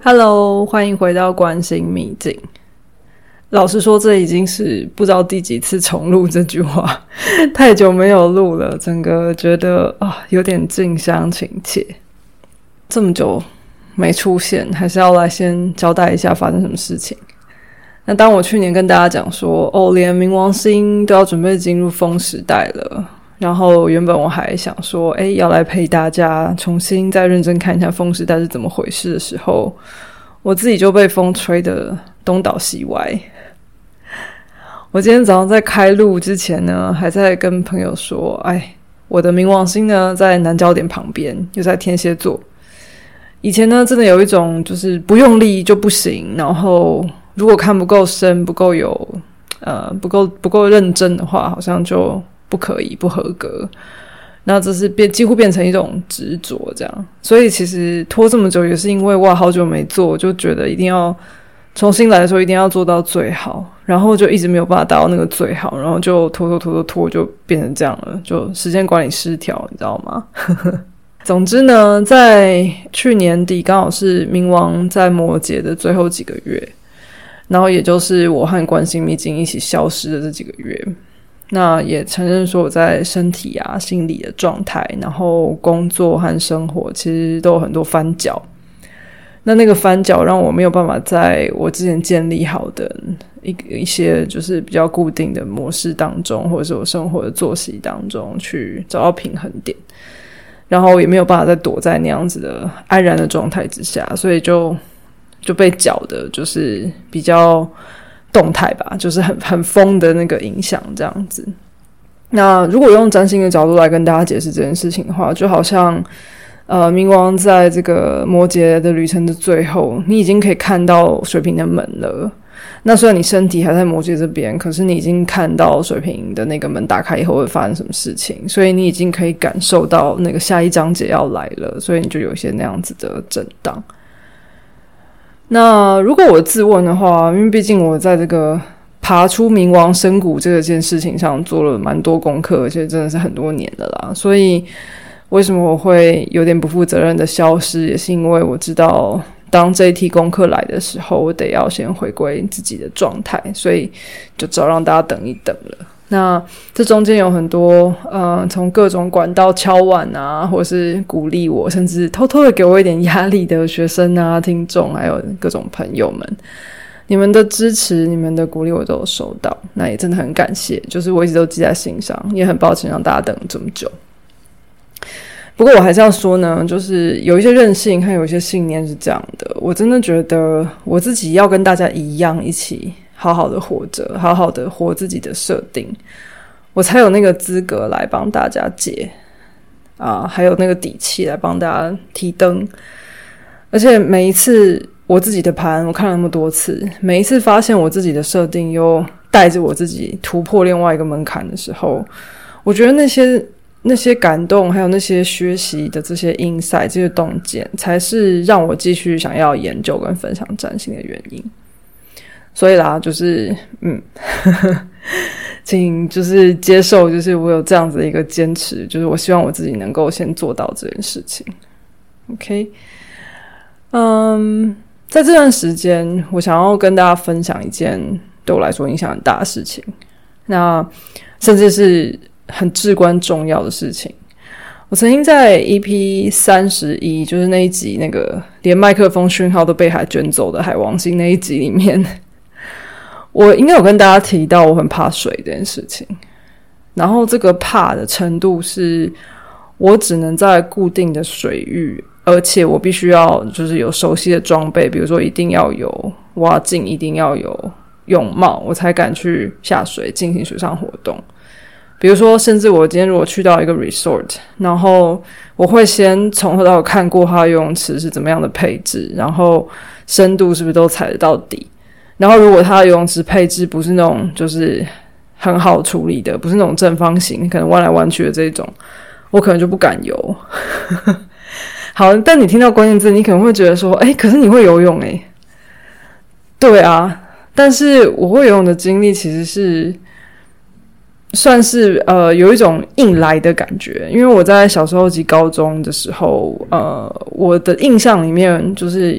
Hello， 欢迎回到关心秘境。老实说，这已经是不知道第几次重录这句话，太久没有录了，整个觉得有点近乡情切。这么久没出现，还是要来先交代一下发生什么事情。那当我去年跟大家讲说，连冥王星都要准备进入风时代了，然后原本我还想说，要来陪大家重新再认真看一下风时代是怎么回事的时候，我自己就被风吹得东倒西歪。我今天早上在开录之前呢，还在跟朋友说，我的冥王星呢在南交点旁边，又在天蝎座。以前呢，真的有一种就是不用力就不行，然后如果看不够深、不够不够认真的话，好像就不可以、不合格。那这是几乎变成一种执着这样。所以其实拖这么久也是因为好久没做，就觉得一定要重新来的时候一定要做到最好，然后就一直没有办法达到那个最好，然后就拖就变成这样了，就时间管理失调，你知道吗？总之呢，在去年底刚好是冥王在摩羯的最后几个月，然后也就是我和关心秘境一起消失的这几个月。那也承认说我在身体心理的状态，然后工作和生活其实都有很多翻脚。那个翻脚让我没有办法在我之前建立好的一些就是比较固定的模式当中，或者是我生活的作息当中去找到平衡点，然后也没有办法再躲在那样子的安然的状态之下，所以就被搅的就是比较动态吧，就是很疯的那个影响这样子。那如果用占星的角度来跟大家解释这件事情的话，就好像冥王在这个摩羯的旅程的最后，你已经可以看到水瓶的门了。那虽然你身体还在摩羯这边，可是你已经看到水瓶的那个门打开以后会发生什么事情，所以你已经可以感受到那个下一章节要来了，所以你就有一些那样子的震荡。那如果我自问的话，因为毕竟我在这个爬出冥王深谷这件事情上做了蛮多功课，而且真的是很多年了啦，所以为什么我会有点不负责任的消失，也是因为我知道当这一题功课来的时候，我得要先回归自己的状态，所以就只好让大家等一等了。那这中间有很多从各种管道敲碗或是鼓励我，甚至偷偷的给我一点压力的学生听众，还有各种朋友们，你们的支持、你们的鼓励我都有收到，那也真的很感谢，就是我一直都记在心上，也很抱歉让大家等这么久。不过我还是要说呢，就是有一些韧性和有一些信念是这样的，我真的觉得我自己要跟大家一样，一起好好的活着，好好的活自己的设定，我才有那个资格来帮大家解还有那个底气来帮大家提灯。而且每一次我自己的盘我看了那么多次，每一次发现我自己的设定又带着我自己突破另外一个门槛的时候，我觉得那些感动还有那些学习的这些 insight 这些洞见，才是让我继续想要研究跟分享占星的原因。所以啦，就是请就是接受，就是我有这样子的一个坚持，就是我希望我自己能够先做到这件事情。 OK， 在这段时间我想要跟大家分享一件对我来说影响很大的事情，那甚至是很至关重要的事情。我曾经在 EP 31，就是那一集那个连麦克风讯号都被海卷走的海王星那一集里面，我应该有跟大家提到我很怕水这件事情。然后这个怕的程度是我只能在固定的水域，而且我必须要就是有熟悉的装备，比如说一定要有蛙镜，一定要有泳帽，我才敢去下水进行水上活动。比如说甚至我今天如果去到一个 resort， 然后我会先从头到尾看过它的游泳池是怎么样的配置，然后深度是不是都踩得到底，然后如果它的游泳池配置不是那种就是很好处理的，不是那种正方形可能弯来弯去的这种，我可能就不敢游。好，但你听到关键字你可能会觉得说可是你会游泳对啊，但是我会游泳的经历其实是算是有一种硬来的感觉，因为我在小时候及高中的时候我的印象里面就是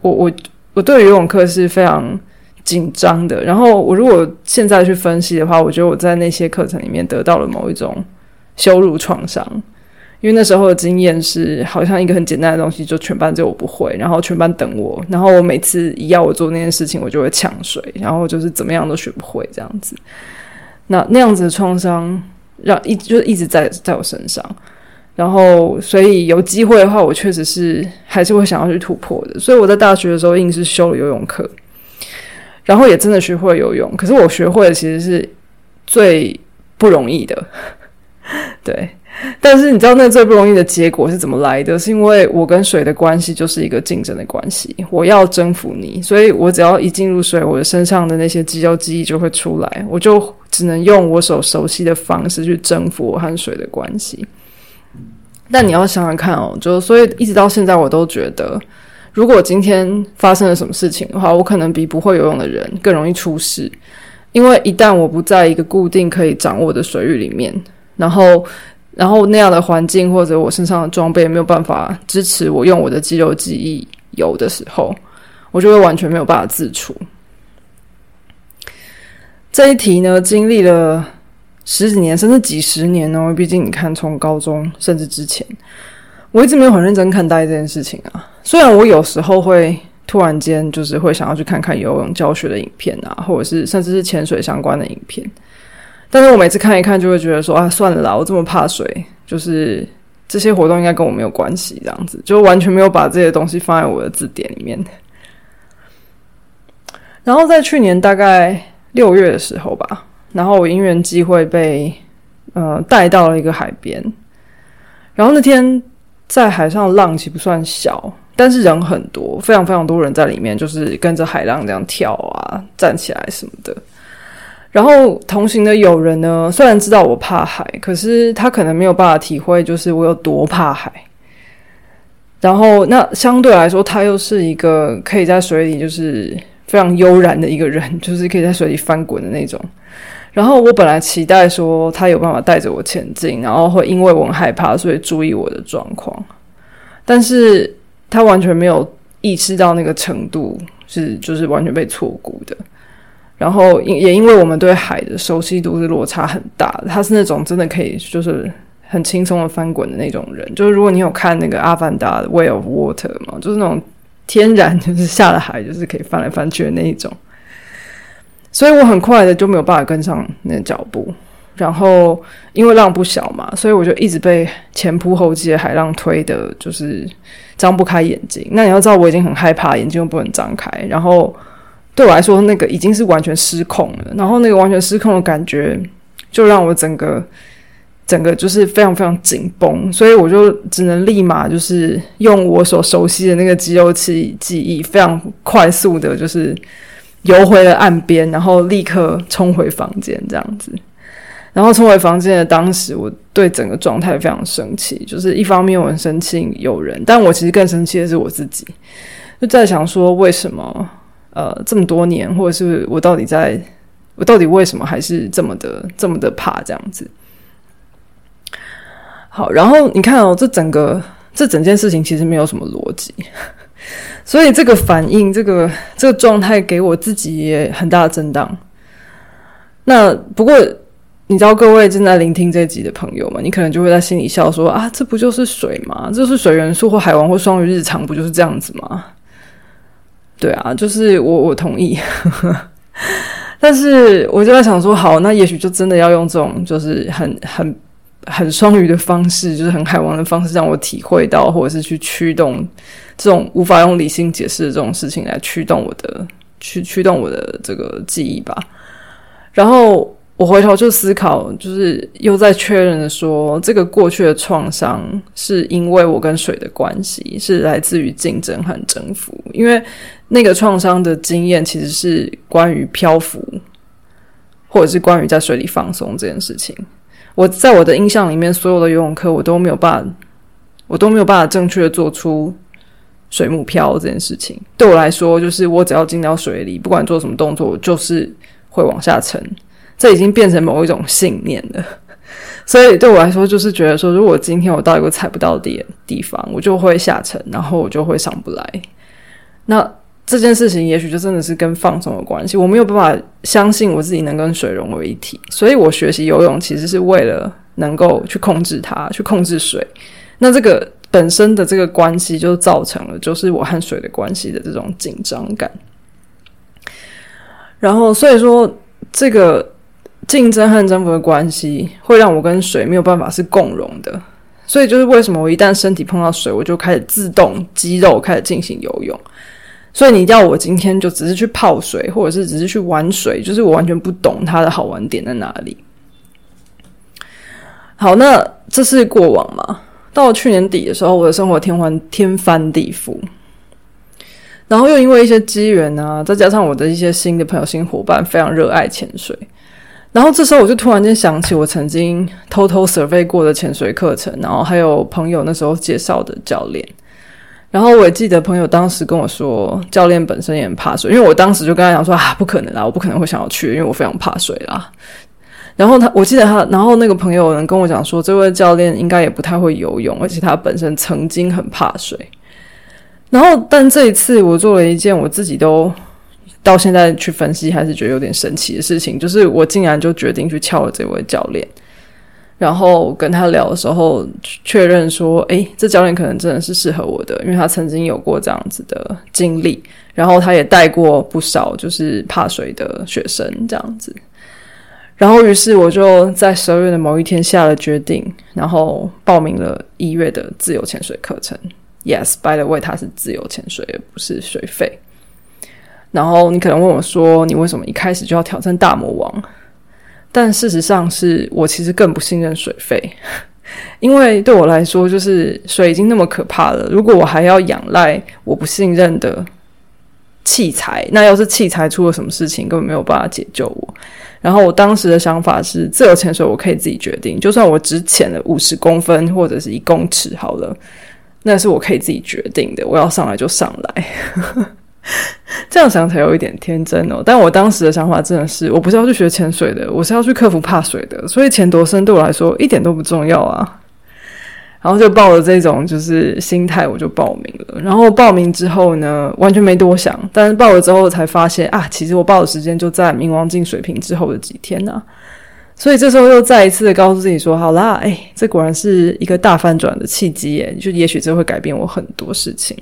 我对游泳课是非常紧张的，然后我如果现在去分析的话，我觉得我在那些课程里面得到了某一种羞辱创伤，因为那时候的经验是好像一个很简单的东西就全班只有我不会，然后全班等我，然后我每次一要我做那件事情我就会呛水，然后就是怎么样都学不会这样子。那样子的创伤就是一直在我身上，然后所以有机会的话我确实是还是会想要去突破的，所以我在大学的时候硬是修了游泳课，然后也真的学会游泳，可是我学会的其实是最不容易的对，但是你知道那最不容易的结果是怎么来的？是因为我跟水的关系就是一个竞争的关系，我要征服你，所以我只要一进入水，我的身上的那些肌肉记忆就会出来，我就只能用我所熟悉的方式去征服我和水的关系。但你要想想看哦，就所以一直到现在我都觉得，如果今天发生了什么事情的话，我可能比不会游泳的人更容易出事，因为一旦我不在一个固定可以掌握的水域里面，然后那样的环境或者我身上的装备没有办法支持我用我的肌肉记忆游的时候，我就会完全没有办法自处。这一题呢，经历了十几年甚至几十年哦，毕竟你看从高中甚至之前，我一直没有很认真看待这件事情啊。虽然我有时候会突然间就是会想要去看看游泳教学的影片啊，或者是甚至是潜水相关的影片，但是我每次看一看就会觉得说啊，算了啦，我这么怕水，就是这些活动应该跟我没有关系，这样子就完全没有把这些东西放在我的字典里面。然后在去年大概6月的时候吧，然后我因缘机会被带到了一个海边，然后那天在海上浪其实不算小，但是人很多，非常非常多人在里面，就是跟着海浪这样跳啊站起来什么的。然后同行的友人呢，虽然知道我怕海，可是他可能没有办法体会就是我有多怕海。然后那相对来说他又是一个可以在水里就是非常悠然的一个人，就是可以在水里翻滚的那种。然后我本来期待说他有办法带着我前进，然后会因为我很害怕所以注意我的状况，但是他完全没有意识到那个程度是就是完全被错估的。然后也因为我们对海的熟悉度是落差很大的，他是那种真的可以就是很轻松的翻滚的那种人，就是如果你有看那个阿凡达的 Way of Water 嘛，就是那种天然就是下了海就是可以翻来翻去的那一种，所以我很快的就没有办法跟上那个脚步。然后因为浪不小嘛，所以我就一直被前仆后继的海浪推的就是张不开眼睛。那你要知道我已经很害怕，眼睛又不能张开，然后对我来说那个已经是完全失控了，然后那个完全失控的感觉就让我整个就是非常非常紧绷，所以我就只能立马就是用我所熟悉的那个肌肉记忆非常快速的就是游回了岸边，然后立刻冲回房间这样子。然后冲回房间的当时，我对整个状态非常生气，就是一方面我很生气有人，但我其实更生气的是我自己，就在想说为什么这么多年，或者是我到底为什么还是这么的怕这样子。好，然后你看哦，这整件事情其实没有什么逻辑，所以这个反应，这个状态给我自己也很大的震荡。那不过你知道各位正在聆听这一集的朋友们，你可能就会在心里笑说啊，这不就是水吗？这是水元素或海王或双鱼日常不就是这样子吗？对啊，就是我同意但是我就在想说好，那也许就真的要用这种就是很双鱼的方式，就是很海王的方式让我体会到，或者是去驱动这种无法用理性解释的这种事情来驱动我的这个记忆吧。然后我回头就思考，就是又在确认的说，这个过去的创伤是因为我跟水的关系，是来自于竞争和征服。因为那个创伤的经验其实是关于漂浮，或者是关于在水里放松这件事情。我在我的印象里面，所有的游泳课我都没有办法正确的做出水母漂这件事情。对我来说，就是我只要进到水里，不管做什么动作，我就是会往下沉。这已经变成某一种信念了，所以对我来说就是觉得说，如果今天我到一个踩不到底的地方，我就会下沉，然后我就会上不来。 那这件事情也许就真的是跟放松有关系，我没有办法相信我自己能跟水融为一体，所以我学习游泳其实是为了能够去控制它，去控制水。那这个本身的这个关系就造成了就是我和水的关系的这种紧张感。然后所以说这个竞争和征服的关系会让我跟水没有办法是共融的，所以就是为什么我一旦身体碰到水，我就开始自动肌肉开始进行游泳。所以你要我今天就只是去泡水，或者是只是去玩水，就是我完全不懂它的好玩点在哪里。好，那这是过往嘛。到了去年底的时候，我的生活天翻地覆，然后又因为一些机缘啊，再加上我的一些新的朋友、新伙伴非常热爱潜水，然后这时候我就突然间想起我曾经偷偷 survey 过的潜水课程，然后还有朋友那时候介绍的教练。然后我也记得朋友当时跟我说，教练本身也很怕水，因为我当时就跟他讲说不可能啦，我不可能会想要去，因为我非常怕水啦。然后我记得然后那个朋友跟我讲说，这位教练应该也不太会游泳，而且他本身曾经很怕水。然后但这一次我做了一件我自己都到现在去分析还是觉得有点神奇的事情，就是我竟然就决定去敲了这位教练。然后跟他聊的时候确认说这教练可能真的是适合我的，因为他曾经有过这样子的经历，然后他也带过不少就是怕水的学生这样子。然后于是我就在12月的某一天下了决定，然后报名了1月的自由潜水课程。 Yes, by the way, 它是自由潜水而不是水费。然后你可能问我说，你为什么一开始就要挑战大魔王？但事实上是我其实更不信任水费，因为对我来说就是水已经那么可怕了，如果我还要仰赖我不信任的器材，那要是器材出了什么事情根本没有办法解救我。然后我当时的想法是，自由潜水我可以自己决定，就算我只潜了50公分或者是1公尺好了，那是我可以自己决定的，我要上来就上来。这样想才有一点天真哦，但我当时的想法真的是，我不是要去学潜水的，我是要去克服怕水的，所以潜多深对我来说一点都不重要啊。然后就抱了这种就是心态，我就报名了。然后报名之后呢，完全没多想，但是报了之后才发现其实我报的时间就在冥王镜水平之后的几天啊。所以这时候又再一次的告诉自己说，好啦，这果然是一个大翻转的契机耶，就也许这会改变我很多事情。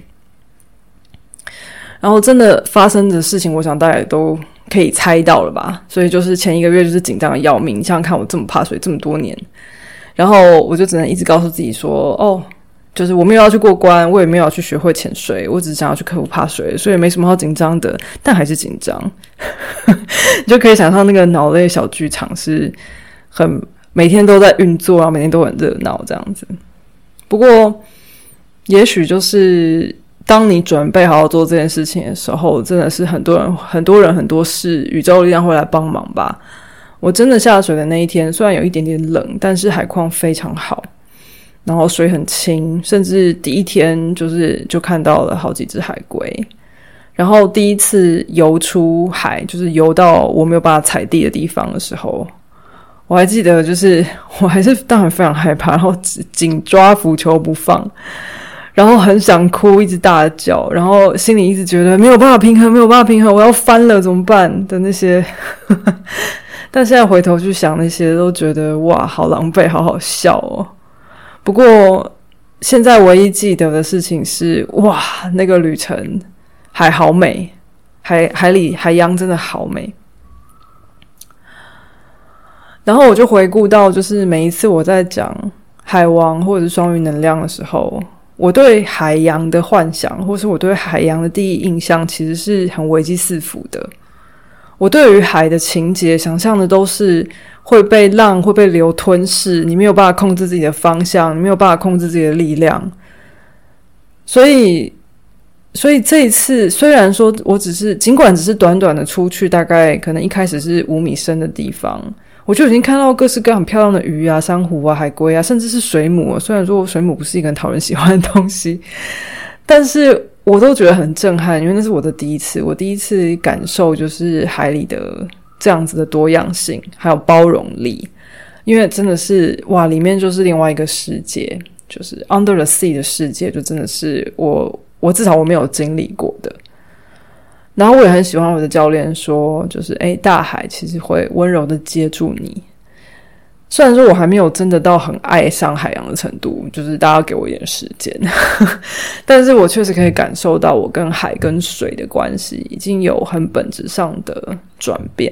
然后真的发生的事情我想大家也都可以猜到了吧，所以就是前1个月就是紧张的要命，你想想看我这么怕水这么多年，然后我就只能一直告诉自己说就是我没有要去过关，我也没有要去学会潜水，我只是想要去克服怕水，所以没什么好紧张的，但还是紧张。你就可以想象那个脑内小剧场是每天都在运作，然后每天都很热闹这样子。不过也许就是当你准备好好做这件事情的时候，真的是很多人很多事，宇宙力量会来帮忙吧。我真的下水的那一天，虽然有一点点冷，但是海况非常好，然后水很清，甚至第一天就看到了好几只海龟。然后第一次游出海，就是游到我没有办法踩地的地方的时候，我还记得就是我还是当然非常害怕，然后紧抓浮球不放，然后很想哭，一直大叫，然后心里一直觉得没有办法平衡，我要翻了怎么办的那些。但现在回头去想那些都觉得哇好狼狈，好好笑哦。不过现在唯一记得的事情是，哇那个旅程海好美，海洋真的好美。然后我就回顾到，就是每一次我在讲海王或者是双鱼能量的时候，我对海洋的幻想或是我对海洋的第一印象其实是很危机四伏的。我对于海的情节想象的都是会被浪会被流吞噬，你没有办法控制自己的方向，你没有办法控制自己的力量。所以这一次虽然说我尽管只是短短的出去，大概可能一开始是5米深的地方，我就已经看到各式各样很漂亮的鱼啊、珊瑚啊、海龟啊，甚至是水母。虽然说水母不是一个很讨人喜欢的东西，但是我都觉得很震撼，因为那是我第一次感受就是海里的这样子的多样性还有包容力。因为真的是哇，里面就是另外一个世界，就是 under the sea 的世界，就真的是我至少我没有经历过的。 然后我也很喜欢我的教练说，就是大海其实会温柔的接住你。虽然说我还没有真的到很爱上海洋的程度，就是大家给我一点时间但是我确实可以感受到我跟海跟水的关系已经有很本质上的转变。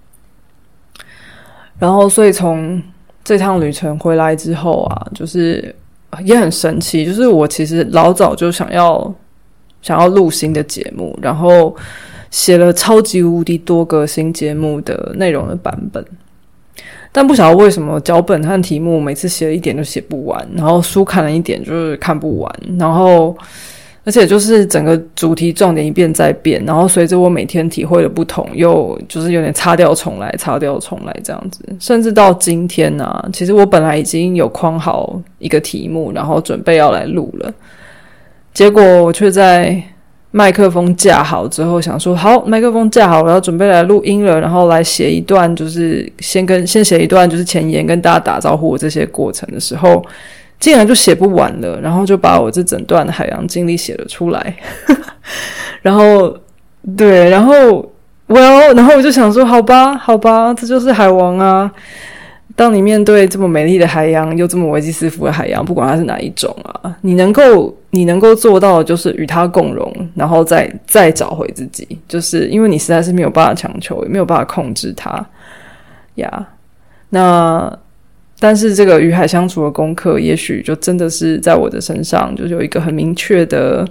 然后所以从这趟旅程回来之后啊，就是也很神奇，就是我其实老早就想要录新的节目，然后写了超级无敌多个新节目的内容的版本，但不晓得为什么脚本和题目每次写了一点就写不完，然后书看了一点就是看不完，然后而且就是整个主题重点一变再变，然后随着我每天体会的不同，又就是有点擦掉重来这样子。甚至到今天啊，其实我本来已经有框好一个题目，然后准备要来录了，结果我却在麦克风架好之后想说，好，麦克风架好了，要准备来录音了，然后来写一段，就是先写一段就是前言，跟大家打招呼这些过程的时候，竟然就写不完了，然后就把我这整段的海洋经历写了出来然后对，然后我就想说，好吧，这就是海王啊。当你面对这么美丽的海洋，又这么危机四伏的海洋，不管它是哪一种啊，你能够做到的就是与它共融，然后再找回自己，就是因为你实在是没有办法强求，也没有办法控制它呀。那但是这个与海相处的功课，也许就真的是在我的身上，就是有一个很明确的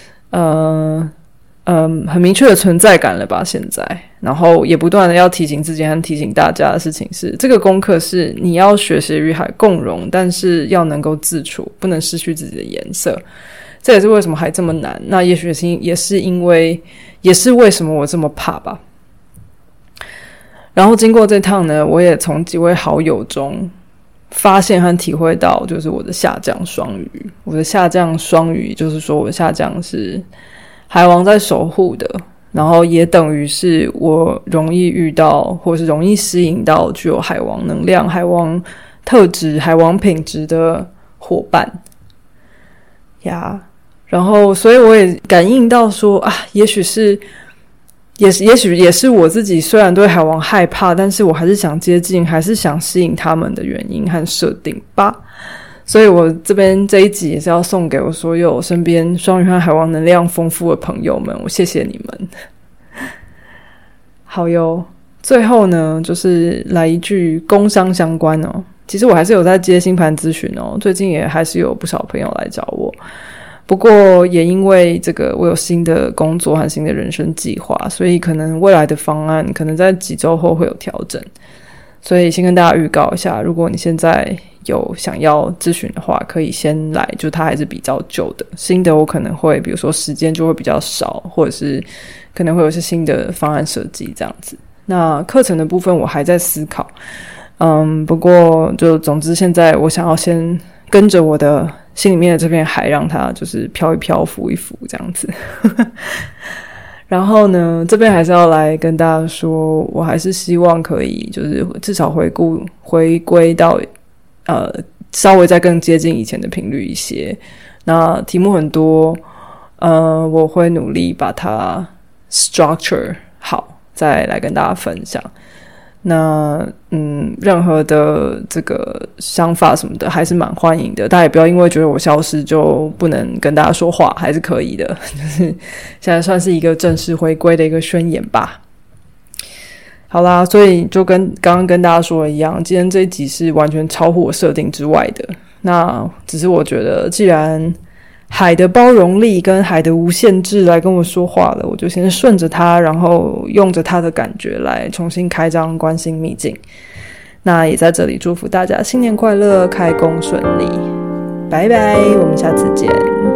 很明确的存在感了吧现在。然后也不断的要提醒自己和提醒大家的事情是，这个功课是你要学习与海共融，但是要能够自处，不能失去自己的颜色。这也是为什么海这么难，那也许也是为什么我这么怕吧。然后经过这趟呢，我也从几位好友中发现和体会到，就是我的下降双鱼。我的下降双鱼就是说，我的下降是海王在守护的，然后也等于是我容易遇到或是容易吸引到具有海王能量、海王特质、海王品质的伙伴呀。然后所以我也感应到说啊，也许也是我自己虽然对海王害怕，但是我还是想接近，还是想吸引他们的原因和设定吧。所以我这边这一集也是要送给我所有身边双鱼和海王能量丰富的朋友们，我谢谢你们。好哟，最后呢，就是来一句工商相关哦。其实我还是有在接星盘咨询哦，最近也还是有不少朋友来找我。不过也因为这个我有新的工作和新的人生计划，所以可能未来的方案可能在几周后会有调整。所以先跟大家预告一下，如果你现在有想要咨询的话，可以先来，就它还是比较旧的。新的我可能会比如说时间就会比较少，或者是可能会有些新的方案设计这样子。那课程的部分我还在思考，不过就总之现在我想要先跟着我的心里面的这片海，让它就是飘一飘浮一浮这样子然后呢，这边还是要来跟大家说，我还是希望可以就是至少回归到稍微再更接近以前的频率一些。那题目很多，我会努力把它 structure 好，再来跟大家分享。那任何的这个想法什么的还是蛮欢迎的，大家也不要因为觉得我消失就不能跟大家说话，还是可以的，就是现在算是一个正式回归的一个宣言吧。好啦，所以就跟刚刚跟大家说的一样，今天这一集是完全超乎我设定之外的。那只是我觉得既然海的包容力跟海的无限制来跟我说话了，我就先顺着它，然后用着它的感觉来重新开张观心秘境。那也在这里祝福大家新年快乐，开工顺利，拜拜，我们下次见。